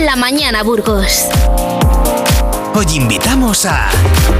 la mañana, Burgos. Hoy invitamos a...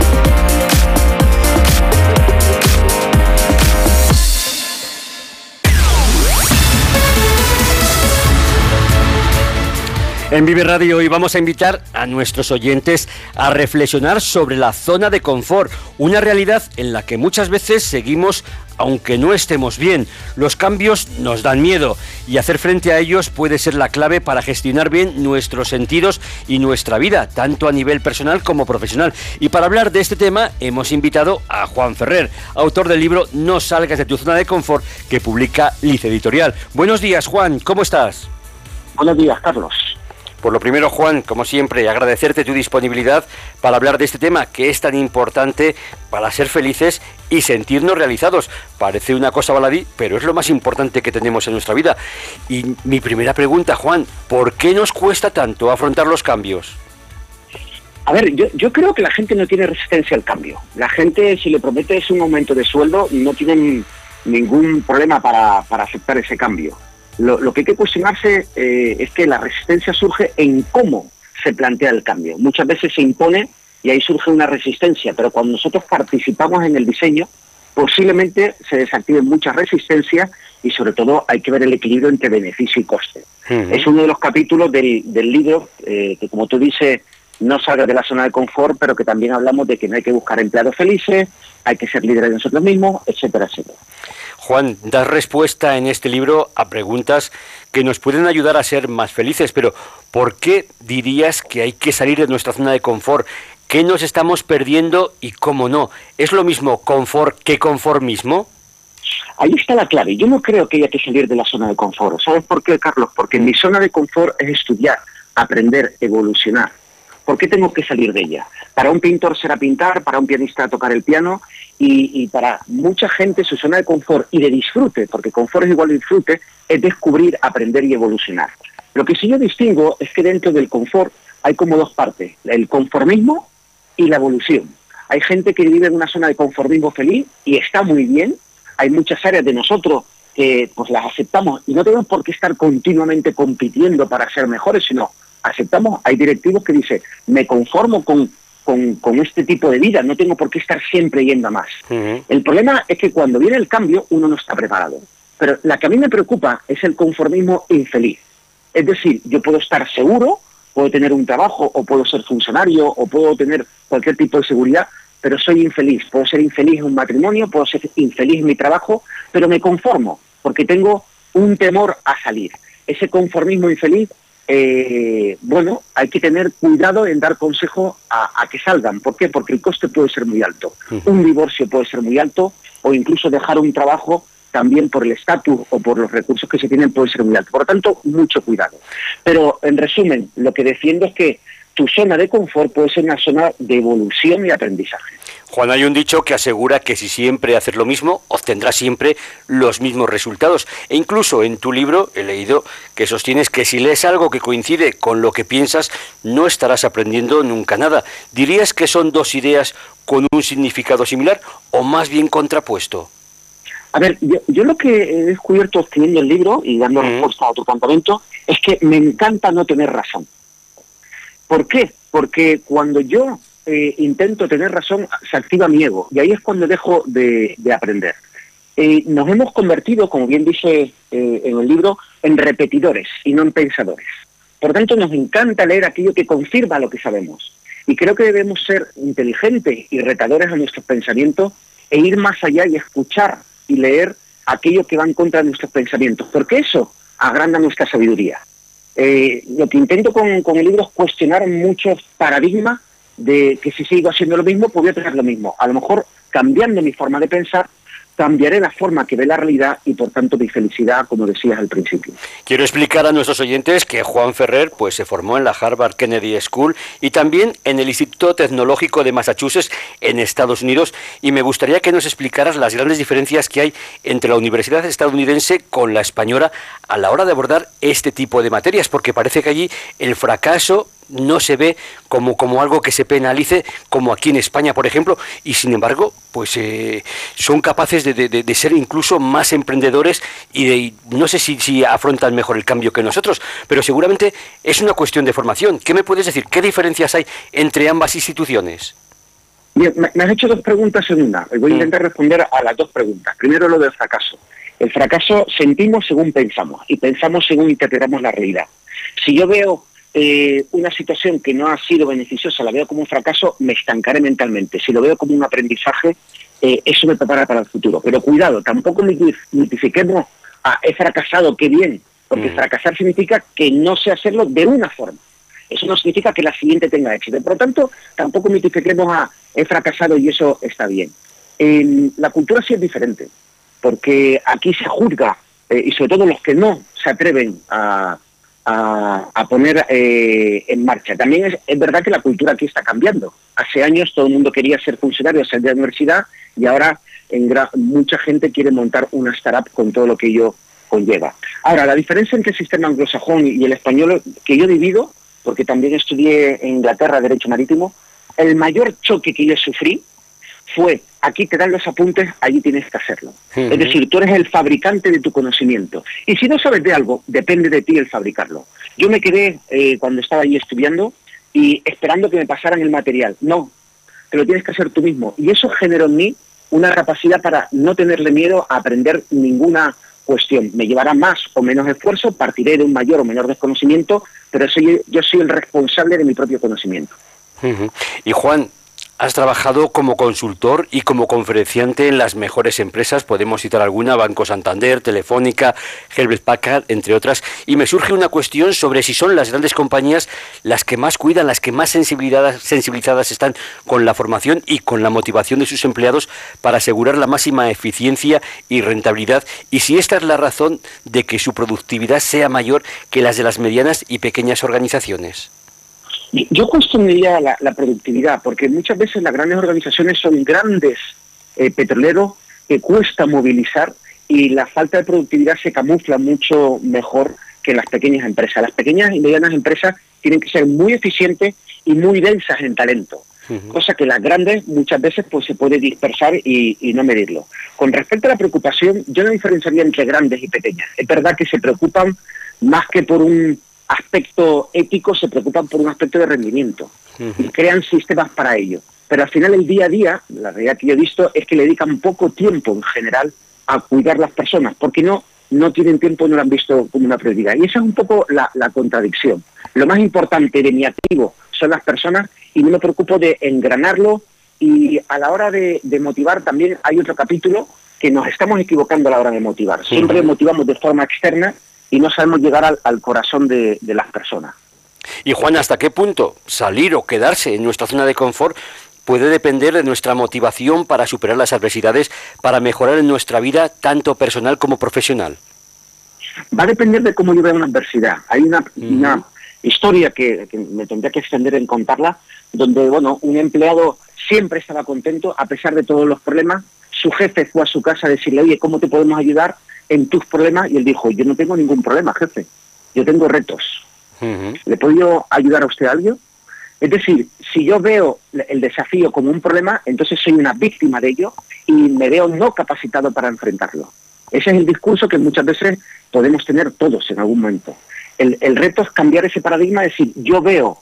En Vive Radio hoy vamos a invitar a nuestros oyentes a reflexionar sobre la zona de confort, una realidad en la que muchas veces seguimos aunque no estemos bien. Los cambios nos dan miedo y hacer frente a ellos puede ser la clave para gestionar bien nuestros sentidos y nuestra vida, tanto a nivel personal como profesional. Y para hablar de este tema hemos invitado a Juan Ferrer, autor del libro No salgas de tu zona de confort, que publica Lice Editorial. Buenos días, Juan, ¿cómo estás? Buenos días, Carlos. Por lo primero, Juan, como siempre, agradecerte tu disponibilidad para hablar de este tema que es tan importante para ser felices y sentirnos realizados. Parece una cosa baladí, pero es lo más importante que tenemos en nuestra vida. Y mi primera pregunta, Juan, ¿por qué nos cuesta tanto afrontar los cambios? A ver, yo creo que la gente no tiene resistencia al cambio. La gente, si le prometes un aumento de sueldo, no tienen ningún problema para aceptar ese cambio. Lo que hay que cuestionarse es que la resistencia surge en cómo se plantea el cambio. Muchas veces se impone y ahí surge una resistencia, pero cuando nosotros participamos en el diseño, posiblemente se desactiven muchas resistencias y sobre todo hay que ver el equilibrio entre beneficio y coste. Es uno de los capítulos del libro que, como tú dices, no salga de la zona de confort, pero que también hablamos de que no hay que buscar empleados felices, hay que ser líderes de nosotros mismos, etcétera, etcétera. Juan, das respuesta en este libro a preguntas que nos pueden ayudar a ser más felices, pero ¿por qué dirías que hay que salir de nuestra zona de confort? ¿Qué nos estamos perdiendo y cómo no? ¿Es lo mismo confort que conformismo? Ahí está la clave. Yo no creo que haya que salir de la zona de confort. ¿Sabes por qué, Carlos? Porque mi zona de confort es estudiar, aprender, evolucionar. ¿Por qué tengo que salir de ella? Para un pintor será pintar, para un pianista tocar el piano y para mucha gente su zona de confort y de disfrute, porque confort es igual a disfrute, es descubrir, aprender y evolucionar. Lo que sí yo distingo es que dentro del confort hay como dos partes, el conformismo y la evolución. Hay gente que vive en una zona de conformismo feliz y está muy bien. Hay muchas áreas de nosotros que pues las aceptamos y no tenemos por qué estar continuamente compitiendo para ser mejores, sino aceptamos. Hay directivos que dicen, me conformo con este tipo de vida, no tengo por qué estar siempre yendo a más. El problema es que cuando viene el cambio uno no está preparado. Pero la que a mí me preocupa es el conformismo infeliz. Es decir, yo puedo estar seguro, puedo tener un trabajo, o puedo ser funcionario, o puedo tener cualquier tipo de seguridad, pero soy infeliz. Puedo ser infeliz en un matrimonio, puedo ser infeliz en mi trabajo, pero me conformo, porque tengo un temor a salir. Ese conformismo infeliz, bueno, hay que tener cuidado en dar consejo a que salgan. ¿Por qué? Porque el coste puede ser muy alto. Un divorcio puede ser muy alto, o incluso dejar un trabajo también por el estatus o por los recursos que se tienen puede ser muy alto. Por lo tanto, mucho cuidado. Pero, en resumen, lo que defiendo es que tu zona de confort puede ser una zona de evolución y aprendizaje. Juan, hay un dicho que asegura que si siempre haces lo mismo, obtendrás siempre los mismos resultados. E incluso en tu libro he leído que sostienes que si lees algo que coincide con lo que piensas, no estarás aprendiendo nunca nada. ¿Dirías que son dos ideas con un significado similar o más bien contrapuesto? A ver, yo lo que he descubierto escribiendo el libro y dando respuesta a tu planteamiento es que me encanta no tener razón. ¿Por qué? Porque cuando yo intento tener razón, se activa mi ego, y ahí es cuando dejo de aprender. Nos hemos convertido, como bien dice en el libro, en repetidores y no en pensadores. Por tanto, nos encanta leer aquello que confirma lo que sabemos. Y creo que debemos ser inteligentes y retadores a nuestros pensamientos e ir más allá y escuchar y leer aquello que va en contra de nuestros pensamientos, porque eso agranda nuestra sabiduría. Lo que intento con el libro es cuestionar muchos paradigmas de que si sigo haciendo lo mismo, pues voy a tener lo mismo. A lo mejor, cambiando mi forma de pensar, cambiaré la forma que ve la realidad y, por tanto, mi felicidad, como decías al principio. Quiero explicar a nuestros oyentes que Juan Ferrer pues se formó en la Harvard Kennedy School y también en el Instituto Tecnológico de Massachusetts en Estados Unidos, y me gustaría que nos explicaras las grandes diferencias que hay entre la universidad estadounidense con la española a la hora de abordar este tipo de materias, porque parece que allí el fracaso no se ve como algo que se penalice, como aquí en España, por ejemplo, y sin embargo, pues son capaces de ser incluso más emprendedores y no sé si afrontan mejor el cambio que nosotros, pero seguramente es una cuestión de formación. ¿Qué me puedes decir? ¿Qué diferencias hay entre ambas instituciones? Bien, me has hecho dos preguntas en una. Voy a intentar responder a las dos preguntas. Primero, lo del fracaso. El fracaso sentimos según pensamos y pensamos según interpretamos la realidad. Si yo veo una situación que no ha sido beneficiosa, la veo como un fracaso, me estancaré mentalmente. Si lo veo como un aprendizaje, eso me prepara para el futuro. Pero cuidado, tampoco mitifiquemos he fracasado, qué bien, porque fracasar significa que no sé hacerlo de una forma. Eso no significa que la siguiente tenga éxito. Por lo tanto, tampoco mitifiquemos he fracasado y eso está bien. La cultura sí es diferente, porque aquí se juzga, y sobre todo los que no se atreven a poner en marcha. También es verdad que la cultura aquí está cambiando. Hace años todo el mundo quería ser funcionario, salir de la universidad, y ahora mucha gente quiere montar una startup con todo lo que ello conlleva. Ahora, la diferencia entre el sistema anglosajón y el español, que yo divido, porque también estudié en Inglaterra Derecho Marítimo, el mayor choque que yo sufrí fue, aquí te dan los apuntes, allí tienes que hacerlo. Es decir, tú eres el fabricante de tu conocimiento. Y si no sabes de algo, depende de ti el fabricarlo. Yo me quedé, cuando estaba allí estudiando, y esperando que me pasaran el material. No, te lo tienes que hacer tú mismo. Y eso generó en mí una capacidad para no tenerle miedo a aprender ninguna cuestión. Me llevará más o menos esfuerzo, partiré de un mayor o menor desconocimiento, pero yo soy el responsable de mi propio conocimiento. Y Juan, has trabajado como consultor y como conferenciante en las mejores empresas, podemos citar alguna, Banco Santander, Telefónica, Hewlett Packard, entre otras, y me surge una cuestión sobre si son las grandes compañías las que más cuidan, las que más sensibilizadas están con la formación y con la motivación de sus empleados para asegurar la máxima eficiencia y rentabilidad, y si esta es la razón de que su productividad sea mayor que las de las medianas y pequeñas organizaciones. Yo cuestionaría la productividad, porque muchas veces las grandes organizaciones son grandes petroleros que cuesta movilizar, y la falta de productividad se camufla mucho mejor que las pequeñas empresas. Las pequeñas y medianas empresas tienen que ser muy eficientes y muy densas en talento, cosa que las grandes muchas veces pues se puede dispersar y no medirlo. Con respecto a la preocupación, yo no diferenciaría entre grandes y pequeñas. Es verdad que se preocupan más que por un aspecto ético, se preocupan por un aspecto de rendimiento y crean sistemas para ello. Pero al final, el día a día, la realidad que yo he visto es que le dedican poco tiempo en general a cuidar las personas, porque no tienen tiempo, no lo han visto como una prioridad. Y esa es un poco la contradicción. Lo más importante de mi activo son las personas y no me preocupo de engranarlo, y a la hora de motivar también hay otro capítulo que nos estamos equivocando a la hora de motivar. Siempre motivamos de forma externa y no sabemos llegar al corazón de las personas. Y Juan, ¿hasta qué punto salir o quedarse en nuestra zona de confort puede depender de nuestra motivación para superar las adversidades, para mejorar en nuestra vida, tanto personal como profesional? Va a depender de cómo yo vea una adversidad. Hay una historia que me tendría que extender en contarla, donde un empleado siempre estaba contento a pesar de todos los problemas. Su jefe fue a su casa a decirle, oye, ¿cómo te podemos ayudar en tus problemas? Y él dijo, yo no tengo ningún problema, jefe, yo tengo retos. ¿Le puedo yo ayudar a usted a algo? Es decir, si yo veo el desafío como un problema, entonces soy una víctima de ello y me veo no capacitado para enfrentarlo. Ese es el discurso que muchas veces podemos tener todos en algún momento. El reto es cambiar ese paradigma, es decir, yo veo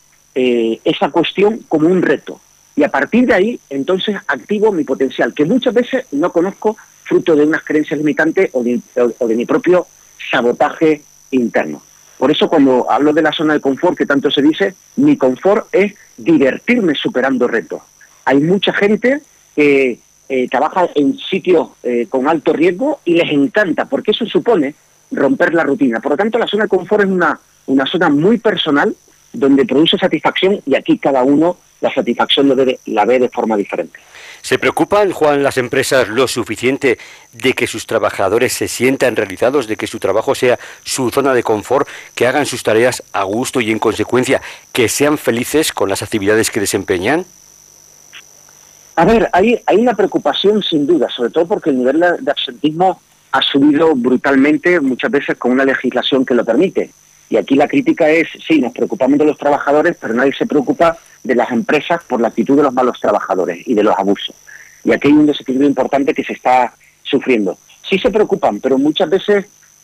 esa cuestión como un reto, y a partir de ahí, entonces, activo mi potencial, que muchas veces no conozco, fruto de unas creencias limitantes o de mi propio sabotaje interno. Por eso, cuando hablo de la zona de confort, que tanto se dice, mi confort es divertirme superando retos. Hay mucha gente que trabaja en sitios con alto riesgo y les encanta, porque eso supone romper la rutina. Por lo tanto, la zona de confort es una zona muy personal, donde produce satisfacción, y aquí cada uno la satisfacción la ve de forma diferente. ¿Se preocupan, Juan, las empresas lo suficiente de que sus trabajadores se sientan realizados, de que su trabajo sea su zona de confort, que hagan sus tareas a gusto y, en consecuencia, que sean felices con las actividades que desempeñan? A ver, hay una preocupación sin duda, sobre todo porque el nivel de absentismo ha subido brutalmente, muchas veces con una legislación que lo permite. Y aquí la crítica es, sí, nos preocupamos de los trabajadores, pero nadie se preocupa de las empresas por la actitud de los malos trabajadores y de los abusos. Y aquí hay un desequilibrio importante que se está sufriendo. Sí se preocupan, pero muchas veces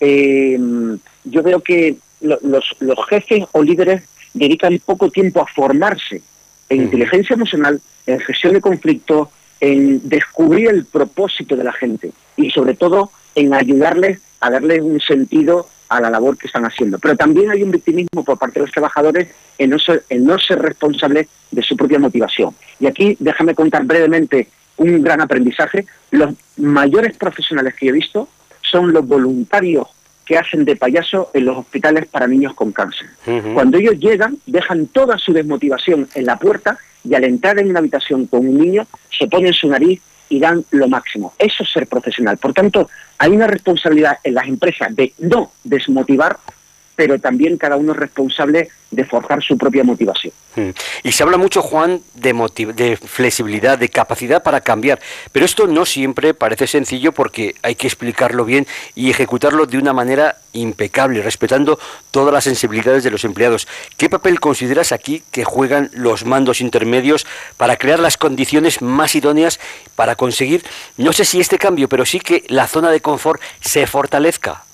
yo veo que los jefes o líderes dedican poco tiempo a formarse en inteligencia emocional, en gestión de conflictos, en descubrir el propósito de la gente y sobre todo en ayudarles a darles un sentido a la labor que están haciendo. Pero también hay un victimismo por parte de los trabajadores en no ser responsables de su propia motivación. Y aquí déjame contar brevemente un gran aprendizaje. Los mayores profesionales que yo he visto son los voluntarios que hacen de payaso en los hospitales para niños con cáncer. Cuando ellos llegan, dejan toda su desmotivación en la puerta y al entrar en una habitación con un niño, se ponen su nariz y dan lo máximo. Eso es ser profesional. Por tanto, hay una responsabilidad en las empresas de no desmotivar, pero también cada uno es responsable de forjar su propia motivación. Y se habla mucho, Juan, de flexibilidad, de capacidad para cambiar, pero esto no siempre parece sencillo porque hay que explicarlo bien y ejecutarlo de una manera impecable, respetando todas las sensibilidades de los empleados. ¿Qué papel consideras aquí que juegan los mandos intermedios para crear las condiciones más idóneas para conseguir, no sé si este cambio, pero sí que la zona de confort se fortalezca?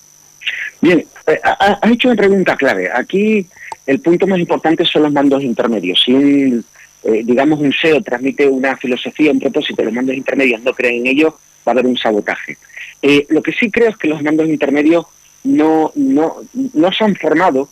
Bien, has hecho una pregunta clave. Aquí el punto más importante son los mandos intermedios. Si digamos un CEO transmite una filosofía, un propósito, los mandos intermedios no creen en ello, va a haber un sabotaje. Lo que sí creo es que los mandos intermedios no se han formado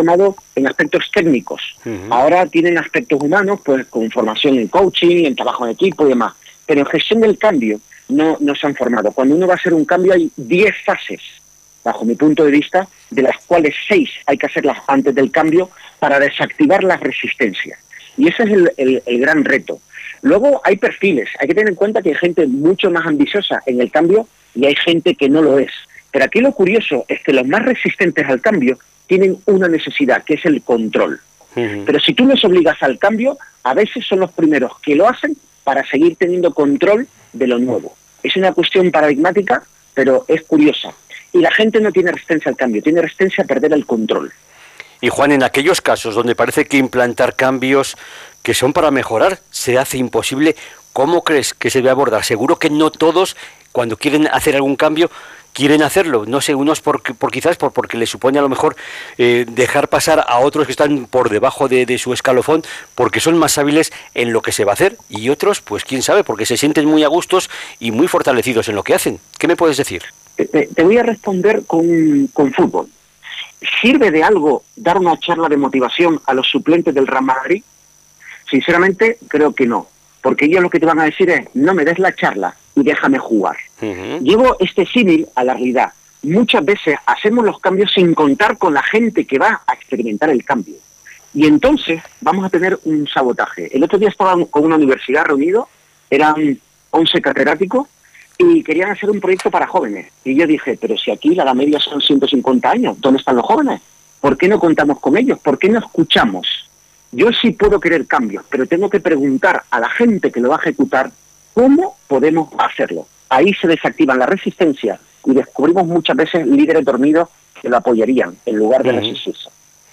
en aspectos técnicos. Ahora tienen aspectos humanos, pues con formación en coaching, en trabajo en equipo y demás. Pero en gestión del cambio no se han formado. Cuando uno va a hacer un cambio hay 10 fases, bajo mi punto de vista, de las cuales 6 hay que hacerlas antes del cambio para desactivar las resistencias. Y ese es el gran reto. Luego hay perfiles. Hay que tener en cuenta que hay gente mucho más ambiciosa en el cambio y hay gente que no lo es. Pero aquí lo curioso es que los más resistentes al cambio tienen una necesidad, que es el control. Pero si tú les obligas al cambio, a veces son los primeros que lo hacen para seguir teniendo control de lo nuevo. Es una cuestión paradigmática, pero es curiosa. Y la gente no tiene resistencia al cambio, tiene resistencia a perder el control. Y Juan, en aquellos casos donde parece que implantar cambios que son para mejorar se hace imposible, ¿cómo crees que se debe abordar? Seguro que no todos, cuando quieren hacer algún cambio, quieren hacerlo. No sé, unos porque les supone a lo mejor dejar pasar a otros que están por debajo de su escalafón, porque son más hábiles en lo que se va a hacer, y otros, pues quién sabe, porque se sienten muy a gustos y muy fortalecidos en lo que hacen. ¿Qué me puedes decir? Te voy a responder con fútbol. ¿Sirve de algo dar una charla de motivación a los suplentes del Real Madrid? Sinceramente, creo que no. Porque ellos lo que te van a decir es, no me des la charla y déjame jugar. Llevo este símil a la realidad. Muchas veces hacemos los cambios sin contar con la gente que va a experimentar el cambio. Y entonces vamos a tener un sabotaje. El otro día estaba con una universidad reunido, eran 11 catedráticos, y querían hacer un proyecto para jóvenes. Y yo dije, pero si aquí la edad media son 150 años, ¿dónde están los jóvenes? ¿Por qué no contamos con ellos? ¿Por qué no escuchamos? Yo sí puedo querer cambios, pero tengo que preguntar a la gente que lo va a ejecutar cómo podemos hacerlo. Ahí se desactivan la resistencia y descubrimos muchas veces líderes dormidos que lo apoyarían en lugar de resistirse.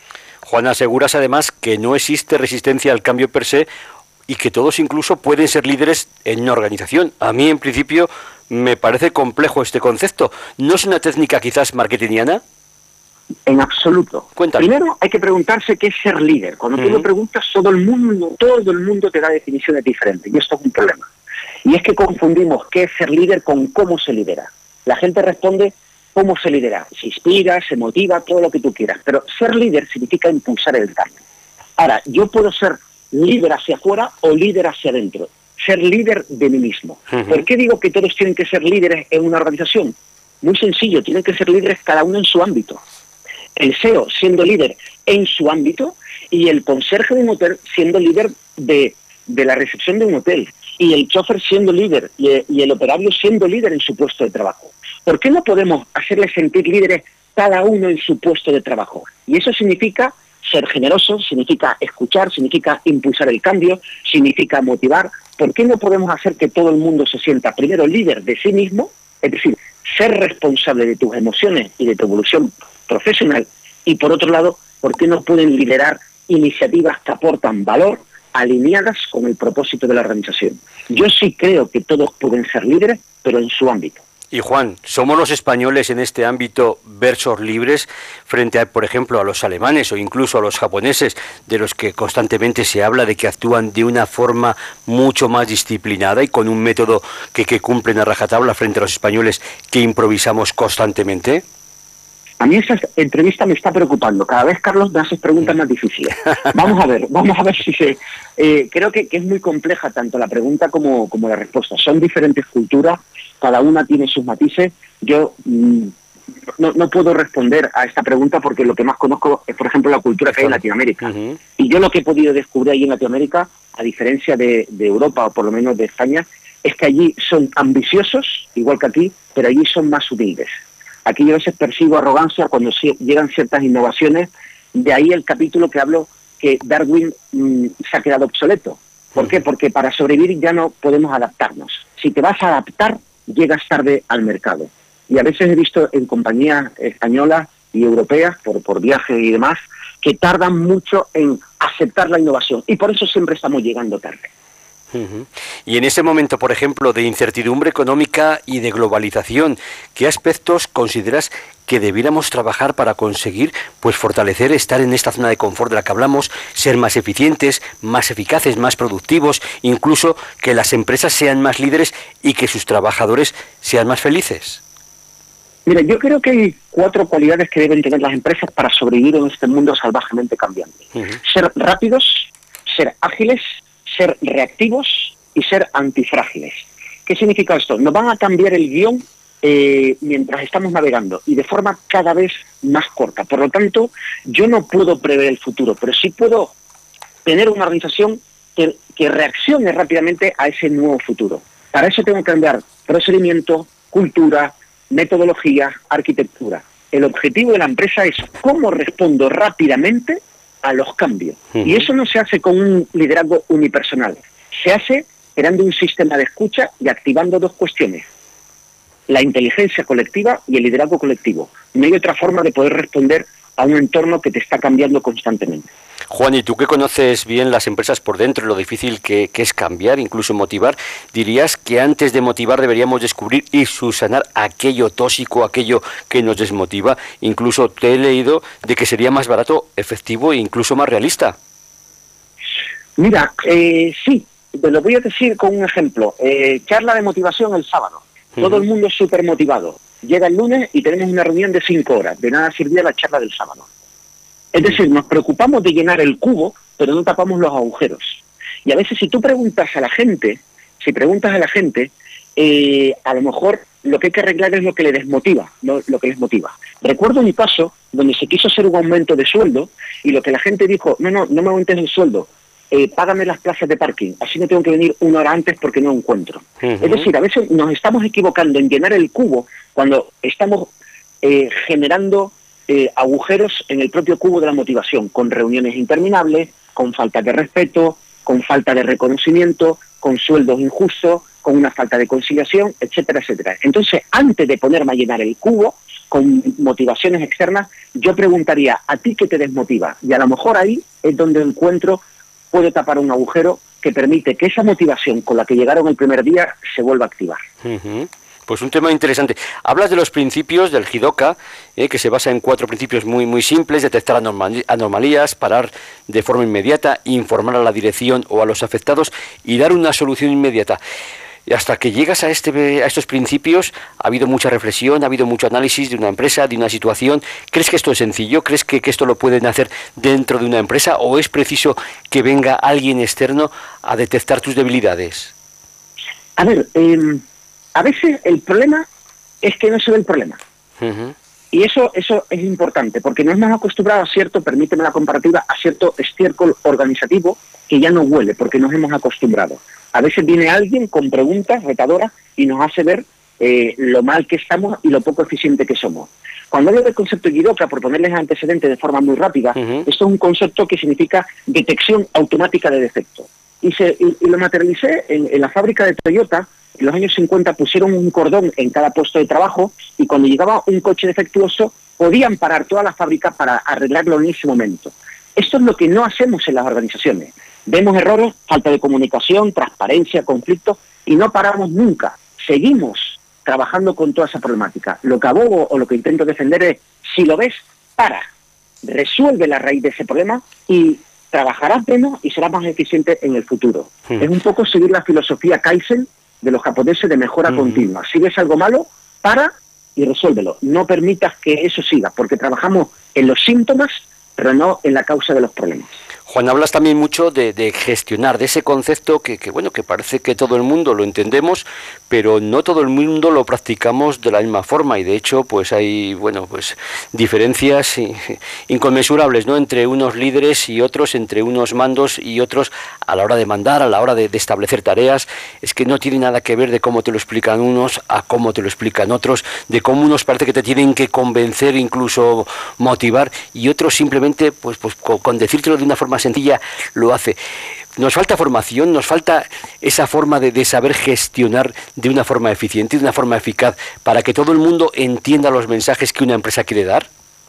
Juan, aseguras además que no existe resistencia al cambio per se y que todos incluso pueden ser líderes en una organización. A mí, en principio, me parece complejo este concepto. ¿No es una técnica quizás marketingiana? En absoluto. Cuéntame. Primero hay que preguntarse qué es ser líder. Cuando tú lo preguntas, todo el mundo te da definiciones diferentes, y esto es un problema. Y es que confundimos qué es ser líder con cómo se lidera. La gente responde cómo se lidera. Se inspira, se motiva, todo lo que tú quieras. Pero ser líder significa impulsar el cambio. Ahora, yo puedo ser líder hacia afuera o líder hacia adentro. Ser líder de mí mismo. ¿Por qué digo que todos tienen que ser líderes en una organización? Muy sencillo, tienen que ser líderes cada uno en su ámbito. El CEO siendo líder en su ámbito y el conserje de un hotel siendo líder de la recepción de un hotel y el chofer siendo líder y el operario siendo líder en su puesto de trabajo. ¿Por qué no podemos hacerles sentir líderes cada uno en su puesto de trabajo? Y eso significa ser generoso, significa escuchar, significa impulsar el cambio, significa motivar. ¿Por qué no podemos hacer que todo el mundo se sienta primero líder de sí mismo? Es decir, ser responsable de tus emociones y de tu evolución profesional, Y por otro lado, ¿por qué no pueden liderar iniciativas que aportan valor alineadas con el propósito de la organización? Yo sí creo que todos pueden ser líderes, pero en su ámbito. Y Juan, ¿somos los españoles en este ámbito versos libres frente a, por ejemplo, a los alemanes o incluso a los japoneses, de los que constantemente se habla de que actúan de una forma mucho más disciplinada y con un método que cumplen a rajatabla frente a los españoles que improvisamos constantemente? A mí esa entrevista me está preocupando. Cada vez, Carlos, me haces preguntas más difíciles. Vamos a ver si se... creo que es muy compleja tanto la pregunta como la respuesta. Son diferentes culturas, cada una tiene sus matices. Yo no puedo responder a esta pregunta porque lo que más conozco es, por ejemplo, la cultura que hay en Latinoamérica. Y yo lo que he podido descubrir ahí en Latinoamérica, a diferencia de Europa o por lo menos de España, es que allí son ambiciosos, igual que aquí, pero allí son más humildes. Aquí yo a veces percibo arrogancia cuando llegan ciertas innovaciones, de ahí el capítulo que hablo que Darwin se ha quedado obsoleto. ¿Por qué? Porque para sobrevivir ya no podemos adaptarnos. Si te vas a adaptar, llegas tarde al mercado. Y a veces he visto en compañías españolas y europeas, por viajes y demás, que tardan mucho en aceptar la innovación. Y por eso siempre estamos llegando tarde. Y en ese momento, por ejemplo, de incertidumbre económica y de globalización, ¿qué aspectos consideras que debiéramos trabajar para conseguir, pues, fortalecer, estar en esta zona de confort de la que hablamos, ser más eficientes, más eficaces, más productivos, incluso que las empresas sean más líderes y que sus trabajadores sean más felices? Mira, yo creo que hay 4 cualidades que deben tener las empresas para sobrevivir en este mundo salvajemente cambiante. Ser rápidos, ser ágiles, ser reactivos y ser antifrágiles. ¿Qué significa esto? Nos van a cambiar el guión mientras estamos navegando y de forma cada vez más corta. Por lo tanto, yo no puedo prever el futuro, pero sí puedo tener una organización que reaccione rápidamente a ese nuevo futuro. Para eso tengo que cambiar procedimiento, cultura, metodología, arquitectura. El objetivo de la empresa es cómo respondo rápidamente a los cambios. Y eso no se hace con un liderazgo unipersonal. Se hace creando un sistema de escucha y activando 2 cuestiones: la inteligencia colectiva y el liderazgo colectivo. No hay otra forma de poder responder a un entorno que te está cambiando constantemente. Juan, y tú que conoces bien las empresas por dentro, lo difícil que es cambiar, incluso motivar, ¿dirías que antes de motivar deberíamos descubrir y subsanar aquello tóxico, aquello que nos desmotiva? Incluso te he leído de que sería más barato, efectivo e incluso más realista. Mira, sí, te lo voy a decir con un ejemplo. Charla de motivación el sábado. Todo el mundo es súper motivado. Llega el lunes y tenemos una reunión de 5 horas. De nada sirvió la charla del sábado. Es decir, nos preocupamos de llenar el cubo, pero no tapamos los agujeros. Y a veces si tú preguntas a la gente, a lo mejor lo que hay que arreglar es lo que le desmotiva, no lo que les motiva. Recuerdo mi caso donde se quiso hacer un aumento de sueldo y lo que la gente dijo: no me aumentes el sueldo, págame las plazas de parking, así no tengo que venir 1 hora antes porque no encuentro. Es decir, a veces nos estamos equivocando en llenar el cubo cuando estamos generando agujeros en el propio cubo de la motivación, con reuniones interminables, con falta de respeto, con falta de reconocimiento, con sueldos injustos, con una falta de conciliación, etcétera, etcétera. Entonces, antes de ponerme a llenar el cubo con motivaciones externas, yo preguntaría: ¿a ti qué te desmotiva? Y a lo mejor ahí es donde puedo tapar un agujero que permite que esa motivación con la que llegaron el primer día se vuelva a activar. Pues un tema interesante. Hablas de los principios del Jidoka, que se basa en 4 principios muy, muy simples: detectar anomalías, parar de forma inmediata, informar a la dirección o a los afectados y dar una solución inmediata. Y hasta que llegas a estos principios, ha habido mucha reflexión, ha habido mucho análisis de una empresa, de una situación. ¿Crees que esto es sencillo? ¿Crees que esto lo pueden hacer dentro de una empresa o es preciso que venga alguien externo a detectar tus debilidades? A ver, a veces el problema es que no se ve el problema. Y eso es importante, porque nos hemos acostumbrado a cierto, permíteme la comparativa, a cierto estiércol organizativo que ya no huele, porque nos hemos acostumbrado. A veces viene alguien con preguntas retadoras y nos hace ver lo mal que estamos y lo poco eficiente que somos. Cuando hablo del concepto de Jidoka, por ponerles antecedentes de forma muy rápida, esto es un concepto que significa detección automática de defectos. Y lo materialicé en la fábrica de Toyota. En los años 50 pusieron un cordón en cada puesto de trabajo y cuando llegaba un coche defectuoso podían parar toda la fábrica para arreglarlo en ese momento. Esto es lo que no hacemos en las organizaciones. Vemos errores, falta de comunicación, transparencia, conflictos, y no paramos nunca. Seguimos trabajando con toda esa problemática. Lo que abogo o lo que intento defender es, si lo ves, para, resuelve la raíz de ese problema y trabajarás menos y serás más eficiente en el futuro. Es un poco seguir la filosofía Kaizen de los japoneses de mejora continua. Si ves algo malo, para y resuélvelo. No permitas que eso siga, porque trabajamos en los síntomas, pero no en la causa de los problemas. Juan, hablas también mucho de gestionar, de ese concepto que parece que todo el mundo lo entendemos, pero no todo el mundo lo practicamos de la misma forma, y de hecho pues hay diferencias inconmensurables, ¿no?, entre unos líderes y otros, entre unos mandos y otros a la hora de mandar, a la hora de establecer tareas. Es que no tiene nada que ver de cómo te lo explican unos a cómo te lo explican otros, de cómo unos parece que te tienen que convencer, incluso motivar, y otros simplemente pues con decírtelo de una forma sencilla lo hace. Nos falta formación, nos falta esa forma de saber gestionar de una forma eficiente, de una forma eficaz, para que todo el mundo entienda los mensajes que una empresa quiere dar.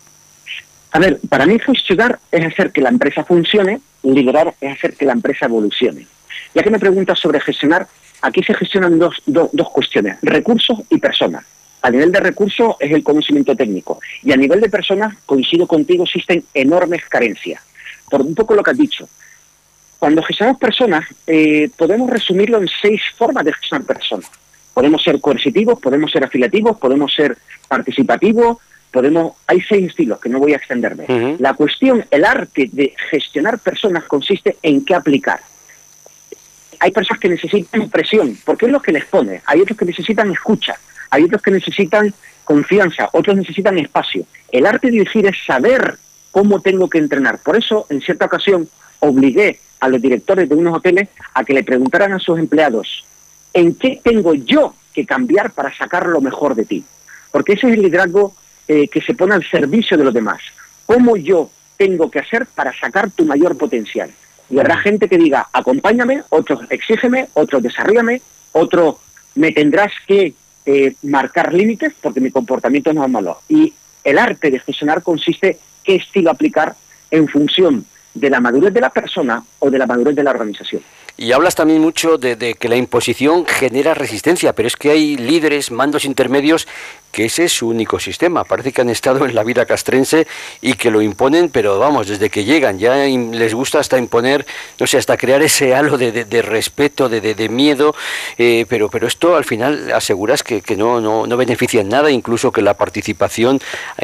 A ver, para mí gestionar es hacer que la empresa funcione, liderar es hacer que la empresa evolucione. Ya que me preguntas sobre gestionar, aquí se gestionan dos cuestiones, recursos y personas. A nivel de recursos es el conocimiento técnico, y a nivel de personas, coincido contigo, existen enormes carencias. Por un poco lo que has dicho. Cuando gestionamos personas, podemos resumirlo en 6 formas de gestionar personas. Podemos ser coercitivos, podemos ser afiliativos, podemos ser participativos, hay 6 estilos que no voy a extenderme. La cuestión, el arte de gestionar personas consiste en qué aplicar. Hay personas que necesitan presión, porque es lo que les pone. Hay otros que necesitan escucha, hay otros que necesitan confianza, otros necesitan espacio. El arte de dirigir es saber cómo tengo que entrenar. Por eso, en cierta ocasión, obligué a los directores de unos hoteles a que le preguntaran a sus empleados, ¿en qué tengo yo que cambiar para sacar lo mejor de ti? Porque ese es el liderazgo que se pone al servicio de los demás. ¿Cómo yo tengo que hacer para sacar tu mayor potencial? Y habrá gente que diga, acompáñame, otros exígeme, otros desarrollame, otros me tendrás que marcar límites porque mi comportamiento no es malo. Y el arte de gestionar consiste qué estilo aplicar en función de la madurez de la persona o de la madurez de la organización. Y hablas también mucho de que la imposición genera resistencia, pero es que hay líderes, mandos intermedios, que ese es su único sistema. Parece que han estado en la vida castrense y que lo imponen, pero vamos, desde que llegan ya les gusta hasta imponer, no sé, hasta crear ese halo de respeto, de miedo, pero esto al final aseguras que no beneficia en nada, incluso que la participación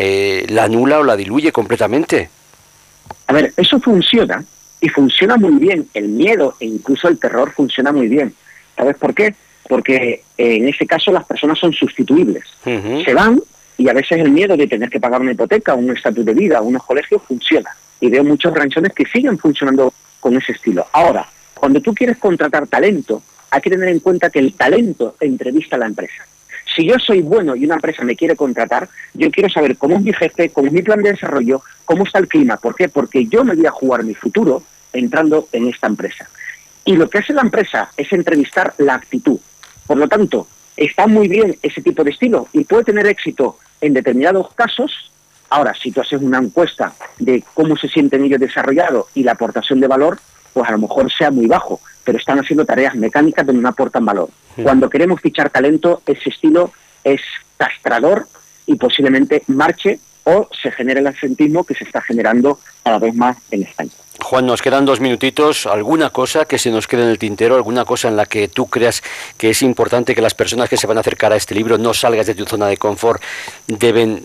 la anula o la diluye completamente. A ver, eso funciona, y funciona muy bien. El miedo e incluso el terror funciona muy bien. ¿Sabes por qué? Porque en ese caso las personas son sustituibles. Se van, y a veces el miedo de tener que pagar una hipoteca, un estatus de vida, unos colegios, funciona. Y veo muchas organizaciones que siguen funcionando con ese estilo. Ahora, cuando tú quieres contratar talento, hay que tener en cuenta que el talento entrevista a la empresa. Si yo soy bueno y una empresa me quiere contratar, yo quiero saber cómo es mi jefe, cómo es mi plan de desarrollo, cómo está el clima. ¿Por qué? Porque yo me voy a jugar mi futuro entrando en esta empresa. Y lo que hace la empresa es entrevistar la actitud. Por lo tanto, está muy bien ese tipo de estilo y puede tener éxito en determinados casos. Ahora, si tú haces una encuesta de cómo se sienten ellos desarrollados y la aportación de valor, pues a lo mejor sea muy bajo, pero están haciendo tareas mecánicas donde no aportan valor. Cuando queremos fichar talento, ese estilo es castrador y posiblemente marche o se genere el absentismo que se está generando cada vez más en España. Juan, nos quedan 2 minutitos. ¿Alguna cosa que se nos quede en el tintero? ¿Alguna cosa en la que tú creas que es importante que las personas que se van a acercar a este libro, no salgas de tu zona de confort, deben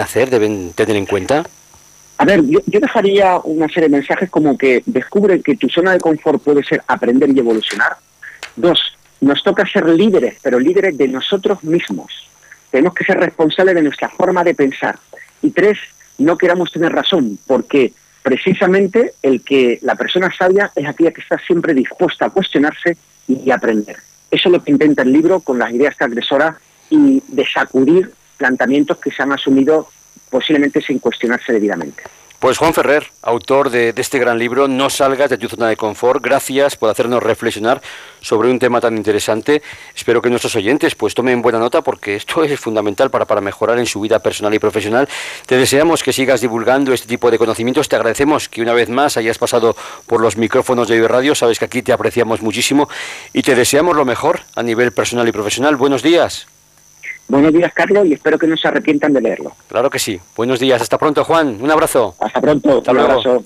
tener en cuenta? A ver, yo dejaría una serie de mensajes como que descubre que tu zona de confort puede ser aprender y evolucionar. 2, nos toca ser líderes, pero líderes de nosotros mismos. Tenemos que ser responsables de nuestra forma de pensar. Y 3, no queramos tener razón, porque precisamente la persona sabia es aquella que está siempre dispuesta a cuestionarse y a aprender. Eso es lo que intenta el libro con las ideas transgresoras y de sacudir planteamientos que se han asumido posiblemente sin cuestionarse debidamente. Pues Juan Ferrer, autor de este gran libro, No salgas de tu zona de confort, gracias por hacernos reflexionar sobre un tema tan interesante. Espero que nuestros oyentes pues tomen buena nota porque esto es fundamental para mejorar en su vida personal y profesional. Te deseamos que sigas divulgando este tipo de conocimientos. Te agradecemos que una vez más hayas pasado por los micrófonos de Vive Radio. Sabes que aquí te apreciamos muchísimo y te deseamos lo mejor a nivel personal y profesional. Buenos días. Buenos días, Carlos, y espero que no se arrepientan de leerlo. Claro que sí. Buenos días. Hasta pronto, Juan. Un abrazo. Hasta pronto. Hasta un luego. abrazo.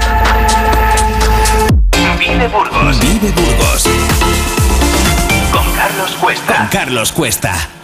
Vive Burgos. Vive Burgos Con Carlos Cuesta. con Carlos Cuesta.